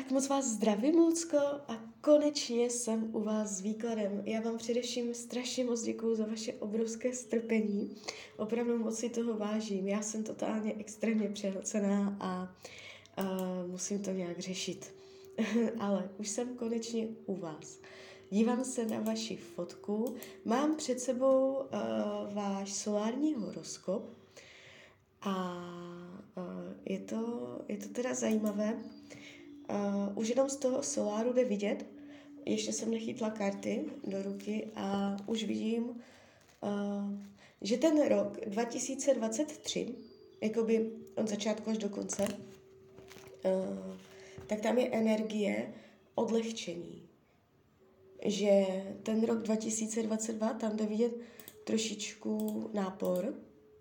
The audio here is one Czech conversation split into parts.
Tak moc vás zdravím, Lucko, a konečně jsem u vás s výkladem. Já vám především strašně moc děkuju za vaše obrovské strpení. Opravdu moc si toho vážím. Já jsem totálně extrémně přehlcená a musím to nějak řešit. Ale už jsem konečně u vás. Dívám se na vaši fotku. Mám před sebou váš solární horoskop a je to teda zajímavé. Už jenom z toho soláru jde vidět, ještě jsem nechytla karty do ruky a už vidím, že ten rok 2023, jakoby od začátku až do konce, tak tam je energie odlehčení. Že ten rok 2022, tam jde vidět trošičku nápor,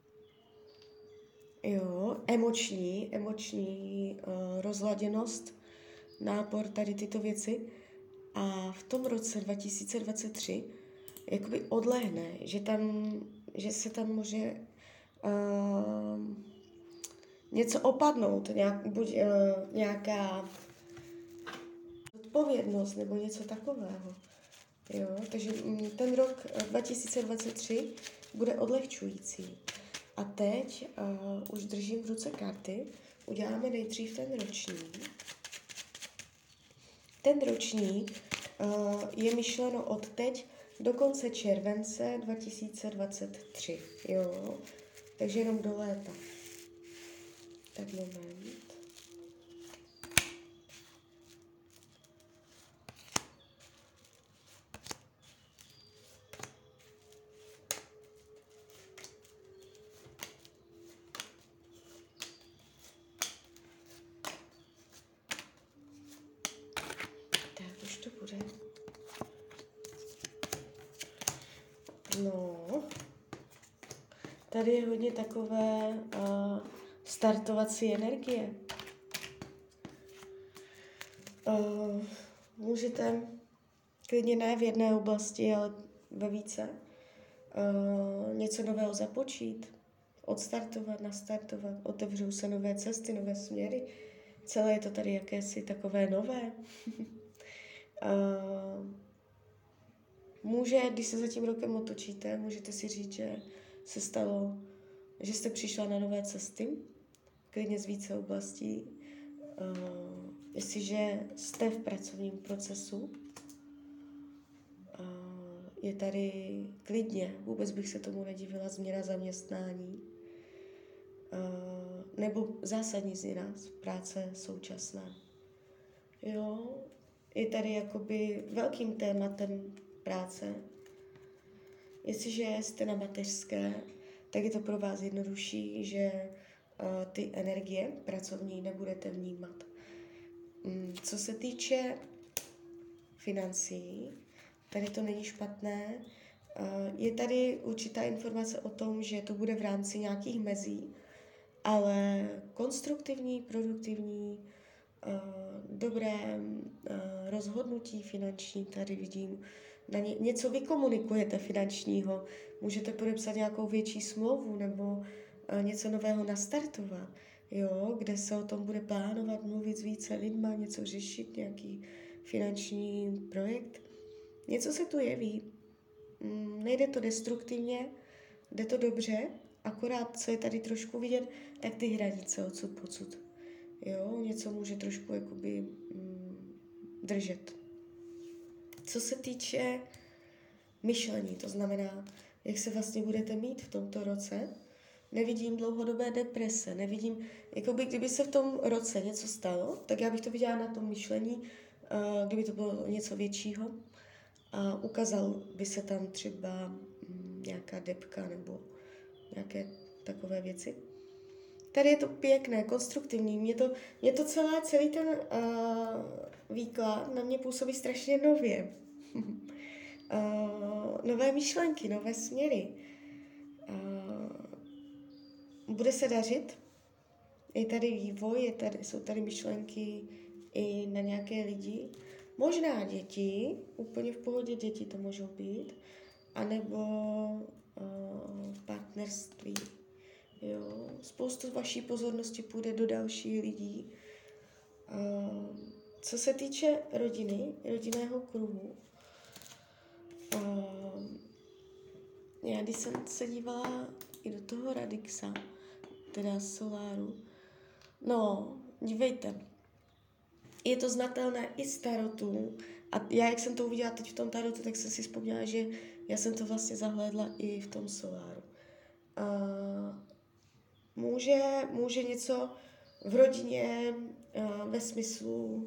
jo, emoční rozladěnost, nápor, tady tyto věci. A v tom roce 2023 jakoby odlehne, že se tam může něco opadnout, buď nějaká odpovědnost nebo něco takového. Jo? Takže ten rok 2023 bude odlehčující. A teď už držím v ruce karty, uděláme nejdřív ten ročník. Ten ročník je myšleno od teď do konce července 2023, jo, takže jenom do léta. Tak moment. To bude. No, tady je hodně takové startovací energie. Můžete klidně ne v jedné oblasti, ale ve více něco nového započít, odstartovat, nastartovat, otevřou se nové cesty, nové směry. Celé je to tady jakési takové nové. Když se za tím rokem otočíte, můžete si říct, že se stalo, že jste přišla na nové cesty, klidně z více oblastí. Jestliže jste v pracovním procesu, je tady klidně, vůbec bych se tomu nedivila, změna zaměstnání, nebo zásadní změna práce současná. Jo, je tady jakoby velkým tématem práce. Jestliže jste na mateřské, tak je to pro vás jednodušší, že ty energie pracovní nebudete vnímat. Co se týče financí, tady to není špatné. Je tady určitá informace o tom, že to bude v rámci nějakých mezí, ale konstruktivní, produktivní, dobré rozhodnutí finanční, tady vidím, něco vykomunikujete finančního, můžete podepsat nějakou větší smlouvu nebo něco nového nastartovat, jo, kde se o tom bude plánovat, mluvit s více lidma, něco řešit, nějaký finanční projekt. Něco se tu jeví. Nejde to destruktivně, jde to dobře, akorát, co je tady trošku vidět, tak ty hranice odsud pocud. Jo, něco může trošku jakoby držet. Co se týče myšlení, to znamená, jak se vlastně budete mít v tomto roce, nevidím dlouhodobé deprese, nevidím, jakoby kdyby se v tom roce něco stalo, tak já bych to viděla na tom myšlení, kdyby to bylo něco většího a ukázal by se tam třeba nějaká depka nebo nějaké takové věci. Tady je to pěkné, konstruktivní. Mě to celý ten výklad na mě působí strašně nově. Nové myšlenky, nové směry. Bude se dařit. Je tady vývoj, jsou tady myšlenky i na nějaké lidi. Možná děti, úplně v pohodě děti to můžou být. Anebo partnerství. Jo, spoustu vaší pozornosti půjde do dalších lidí. Co se týče rodiny, rodinného kruhu, já když jsem se dívala i do toho Radixa, teda soláru, no, dívejte, je to znatelné i z tarotu. A já, jak jsem to uviděla teď v tom tarotu, tak jsem si vzpomněla, že já jsem to vlastně zahlédla i v tom soláru. Může něco v rodině ve smyslu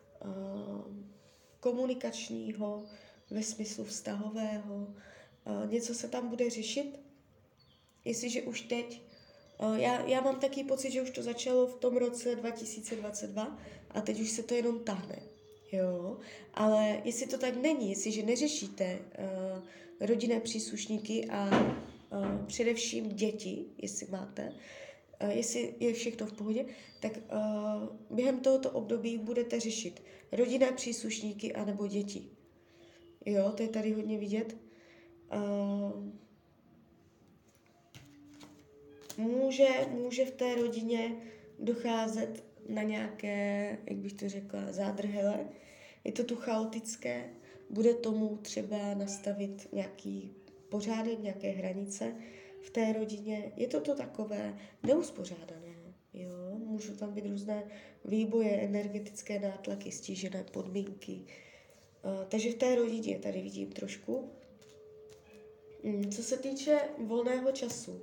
komunikačního, ve smyslu vztahového, něco se tam bude řešit, jestliže už teď, já mám taky pocit, že už to začalo v tom roce 2022 a teď už se to jenom tahne, jo, ale jestli to tak není, jestliže neřešíte rodinné příslušníky a především děti, jestli máte, jestli je všechno v pohodě, tak během tohoto období budete řešit rodinné příslušníky anebo děti. Jo, to je tady hodně vidět. Může v té rodině docházet na nějaké, jak bych to řekla, zádrhele. Je to tu chaotické, bude tomu třeba nastavit nějaký pořádek, nějaké hranice v té rodině. Je to takové neuspořádané. Jo? Můžou tam být různé výboje, energetické nátlaky, stížené podmínky. Takže v té rodině tady vidím trošku. Co se týče volného času,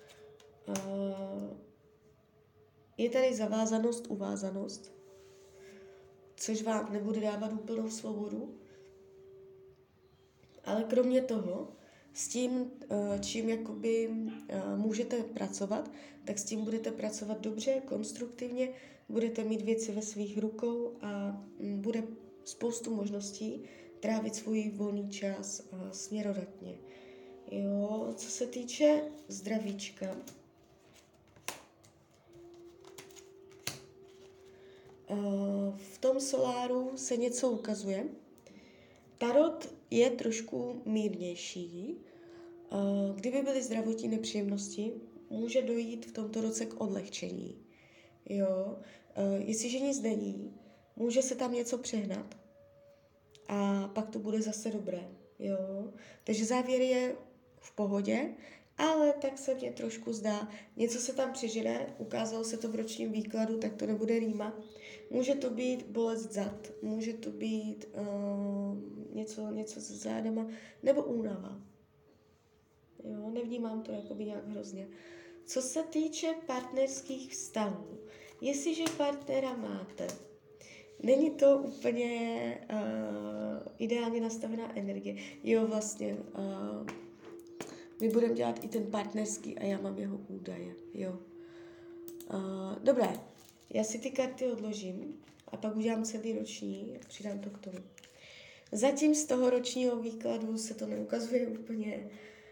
je tady zavázanost, uvázanost, což vám nebude dávat úplnou svobodu, ale kromě toho, s tím, čím jakoby můžete pracovat, tak s tím budete pracovat dobře, konstruktivně, budete mít věci ve svých rukou a bude spoustu možností trávit svůj volný čas směrodatně. Jo, co se týče zdravíčka, v tom soláru se něco ukazuje. Tarot je trošku mírnější. Kdyby byly zdravotní nepříjemnosti, může dojít v tomto roce k odlehčení. Jo? Jestliže nic není, může se tam něco přehnat a pak to bude zase dobré. Jo? Takže závěr je v pohodě, ale tak se mně trošku zdá, něco se tam přežene, ukázalo se to v ročním výkladu, tak to nebude rýma. Může to být bolest zad, může to být něco se zádama, nebo únava. Jo, nevnímám to jakoby nějak hrozně. Co se týče partnerských vztahů, jestliže partnera máte, není to úplně ideálně nastavená energie. Jo, vlastně, my budeme dělat i ten partnerský a já mám jeho údaje. Jo. Dobré, já si ty karty odložím a pak udělám celý roční a přidám to k tomu. Zatím z toho ročního výkladu se to neukazuje úplně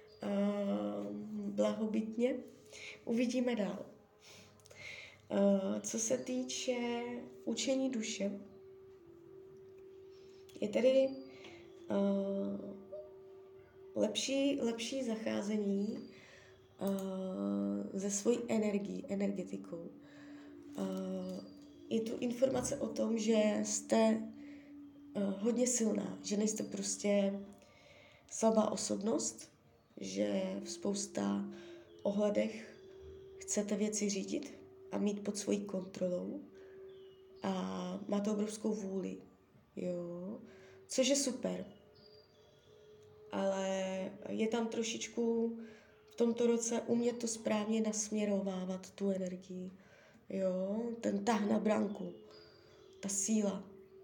blahobytně. Uvidíme dál. Co se týče učení duše, je tady lepší zacházení ze svojí energií, energetikou. Je tu informace o tom, že jste hodně silná, že nejste prostě slabá osobnost, že v spousta ohledech chcete věci řídit a mít pod svojí kontrolou a máte obrovskou vůli, jo, což je super. Ale je tam trošičku v tomto roce umět to správně nasměrovávat, tu energii, jo, ten tah na branku, ta síla,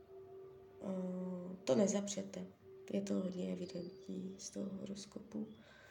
to nezapřete. Je to hodně evidentní z toho horoskopu.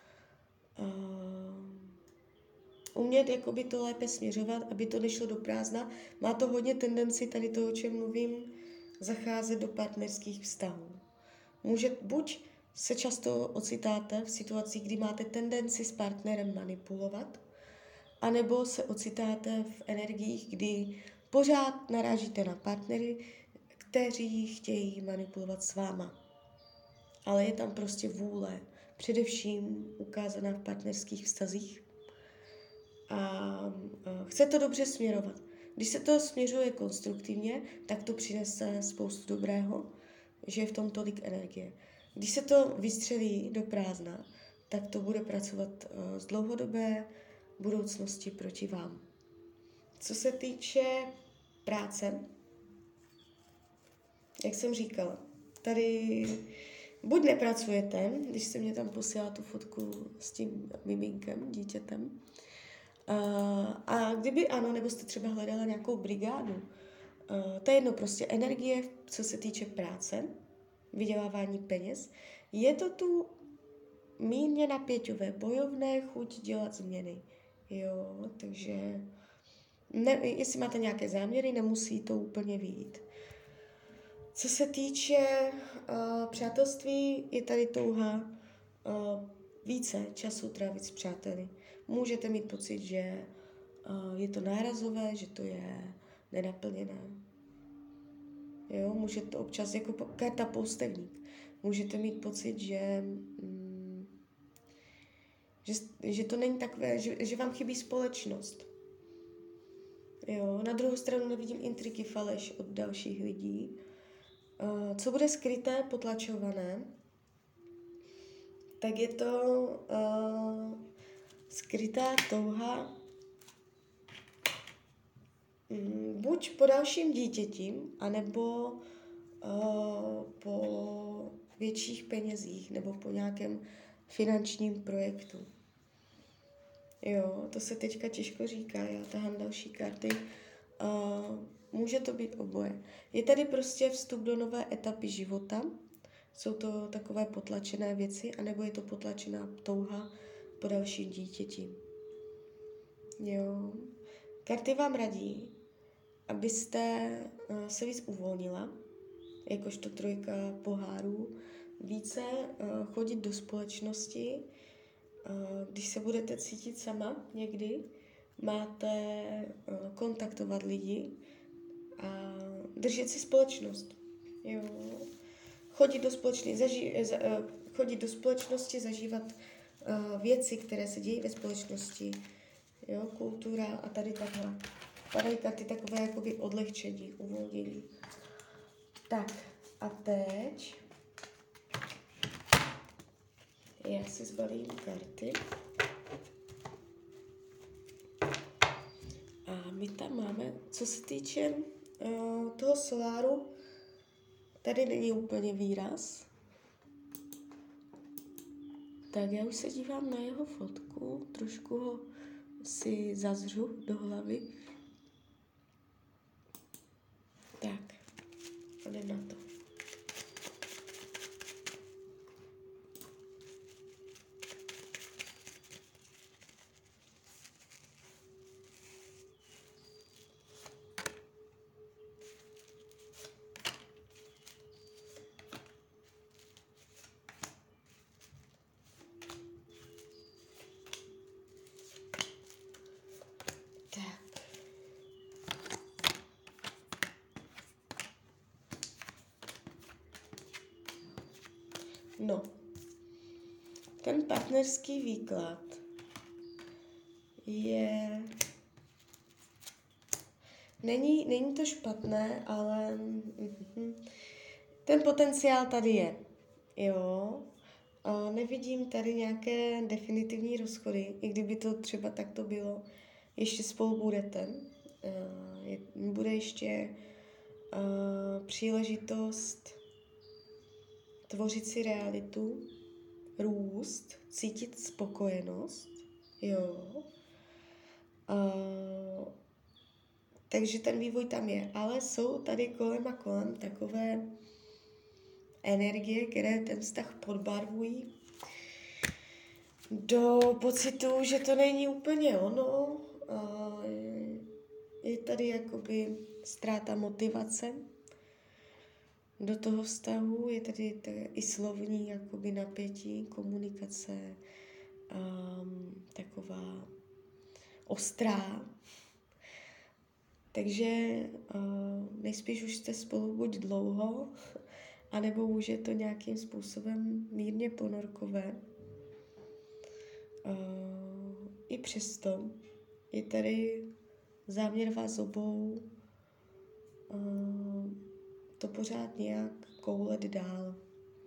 Umět jakoby to lépe směřovat, aby to nešlo do prázdna. Má to hodně tendenci, tady to, o čem mluvím, zacházet do partnerských vztahů. Buď se často ocitáte v situacích, kdy máte tendenci s partnerem manipulovat, anebo se ocitáte v energiích, kdy pořád narážíte na partnery, kteří chtějí manipulovat s váma. Ale je tam prostě vůle, především ukázaná v partnerských vztazích. A chce to dobře směrovat. Když se to směřuje konstruktivně, tak to přinese spoustu dobrého, že je v tom tolik energie. Když se to vystřelí do prázdna, tak to bude pracovat z dlouhodobé budoucnosti proti vám. Co se týče práce, jak jsem říkala, tady buď nepracujete, když jste mě tam posílala tu fotku s tím miminkem, dítětem, a kdyby ano, nebo jste třeba hledala nějakou brigádu, to je jedno, prostě energie, co se týče práce, vydělávání peněz, je to tu mírně napěťové, bojovné, chuť dělat změny. Jo, takže jestli máte nějaké záměry, nemusí to úplně vyjít. Co se týče přátelství, je tady touha více času trávit s přáteli. Můžete mít pocit, že je to nárazové, že to je nenaplněné. Jo, může to občas jako karta poustevník. Můžete mít pocit, že to není takové, že vám chybí společnost. Jo, na druhou stranu nevidím intriky, faleš od dalších lidí. Co bude skryté, potlačované, tak je to skrytá touha buď po dalším dítěti, anebo po větších penězích, nebo po nějakém finančním projektu. Jo, to se teďka těžko říká, já tahám další karty. Může to být oboje. Je tady prostě vstup do nové etapy života, jsou to takové potlačené věci, anebo je to potlačená touha po dalším dítěti. Jo. Karty vám radí, abyste se víc uvolnila, jakožto trojka pohárů, více chodit do společnosti. Když se budete cítit sama někdy, máte kontaktovat lidi a držet si společnost. Jo. Chodit do společnosti, zažívat věci, které se dějí ve společnosti. Jo, kultura a tady takhle. Padají karty takové jakoby odlehčení, uvolnění. Tak a teď já si zbalím karty. A my tam máme, co se týče toho soláru, tady není úplně výraz. Tak já už se dívám na jeho fotku, trošku ho si zazřu do hlavy. Tak, jdem na to. No, ten partnerský výklad je... Není to špatné, ale ten potenciál tady je, jo. Nevidím tady nějaké definitivní rozchody, i kdyby to třeba takto bylo, ještě spolu budete. Bude ještě příležitost tvořit si realitu, růst, cítit spokojenost, jo. Takže ten vývoj tam je, ale jsou tady kolem a kolem takové energie, které ten vztah podbarvují do pocitu, že to není úplně ono. Je tady jakoby ztráta motivace do toho vztahu, je tady i slovní jakoby napětí, komunikace, taková ostrá. Takže nejspíš už jste spolu buď dlouho, anebo už je to nějakým způsobem mírně ponorkové. I přesto je tady záměr vás obou to pořád nějak koulet dál.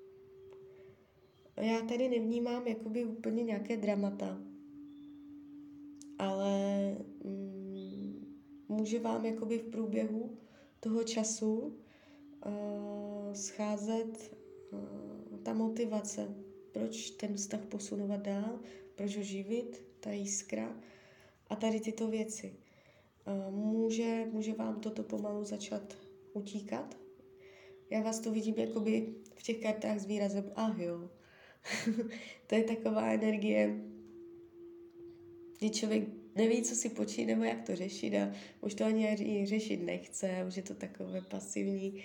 Já tady nevnímám jakoby úplně nějaké dramata, ale může vám jakoby v průběhu toho času scházet ta motivace, proč ten vztah posunovat dál, proč ho živit, ta jiskra a tady tyto věci. Může vám toto pomalu začat utíkat. Já vás to vidím jakoby v těch kartách s výrazem jo. To je taková energie, kdy člověk neví, co si počít nebo jak to řešit a už to ani řešit nechce, už je to takové pasivní.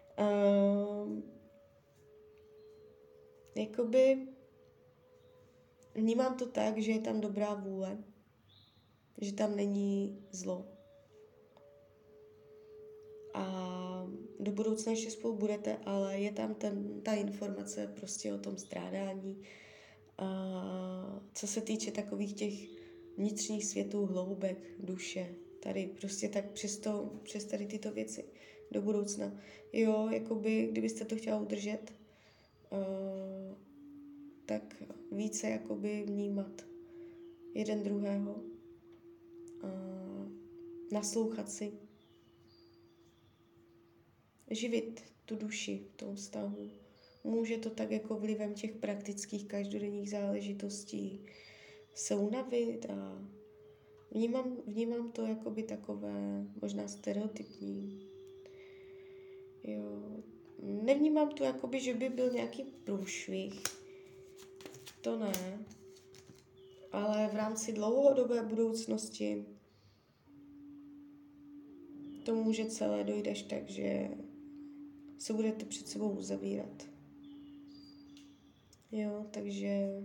Jakoby vnímám to tak, že je tam dobrá vůle, že tam není zlo. A do budoucna ještě spolu budete, ale je tam ta informace prostě o tom strádání. Co se týče takových těch vnitřních světů, hloubek, duše, tady prostě tak přes tady tyto věci do budoucna. Jo, jakoby, kdybyste to chtěla udržet, tak více jakoby vnímat jeden druhého, naslouchat si, živit tu duši v tom vztahu. Může to tak jako vlivem těch praktických každodenních záležitostí se unavit a vnímám to jakoby takové možná stereotypní. Jo. Nevnímám to jakoby, že by byl nějaký průšvih. To ne. Ale v rámci dlouhodobé budoucnosti to může celé dojít až tak, že se budete před sebou uzavírat. Jo, takže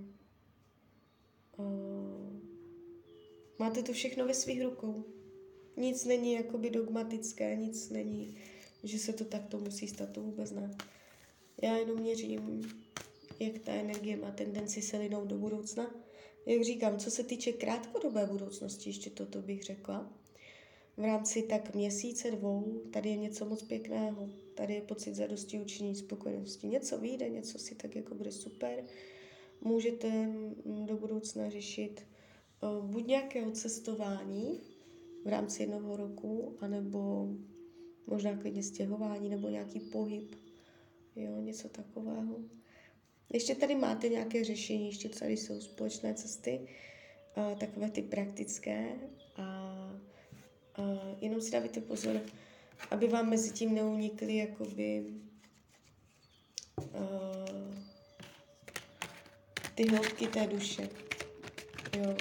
máte to všechno ve svých rukou. Nic není jakoby dogmatické, nic není, že se to takto musí stát, to vůbec ne. Já jenom měřím, jak ta energie má tendenci se linout do budoucna. Jak říkám, co se týče krátkodobé budoucnosti, ještě toto bych řekla. V rámci tak měsíce, 2, tady je něco moc pěkného. Tady je pocit zadosti učinění, spokojenosti. Něco vyjde, něco si tak jako bude super. Můžete do budoucna řešit buď nějakého cestování v rámci 1 roku, anebo možná klidně stěhování, nebo nějaký pohyb. Jo, něco takového. Ještě tady máte nějaké řešení, ještě tady jsou společné cesty, takové ty praktické a jenom si dávajte pozor, aby vám mezi tím neunikly jakoby ty hloubky té duše. Jo.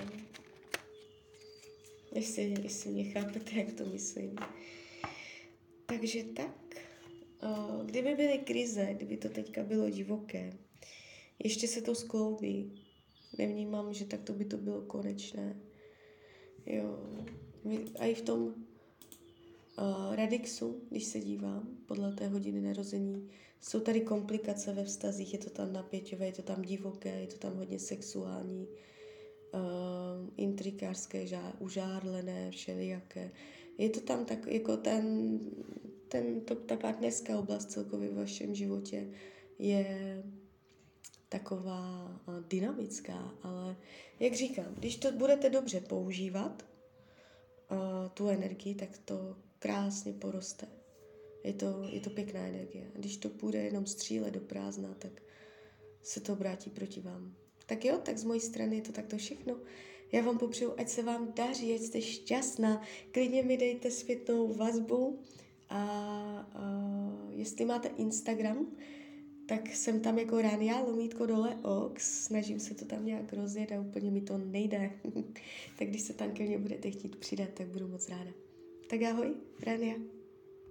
Jestli mě chápete, jak to myslím. Takže tak, kdyby byly krize, kdyby to teďka bylo divoké, ještě se to skloubí. Nevnímám, že takto by to bylo konečné. Jo. A i v tom Radixu, když se dívám, podle té hodiny narození, jsou tady komplikace ve vztazích, je to tam napěťové, je to tam divoké, je to tam hodně sexuální, intrikářské, užárlené, všelijaké. Je to tam tak, jako ta partnerská oblast celkově v vašem životě je taková dynamická, ale jak říkám, když to budete dobře používat, tu energii, tak to krásně poroste. Je to pěkná energie. A když to půjde jenom střílet do prázdna, tak se to obrátí proti vám. Tak jo, tak z mojí strany je to takto všechno. Já vám popřeju, ať se vám daří, ať jste šťastná. Klidně mi dejte zpětnou vazbu a jestli máte Instagram, tak jsem tam jako Rania_Ox, snažím se to tam nějak rozjet a úplně mi to nejde. Tak když se tam ke mně budete chtít přidat, tak budu moc ráda. Tak ahoj, Rania.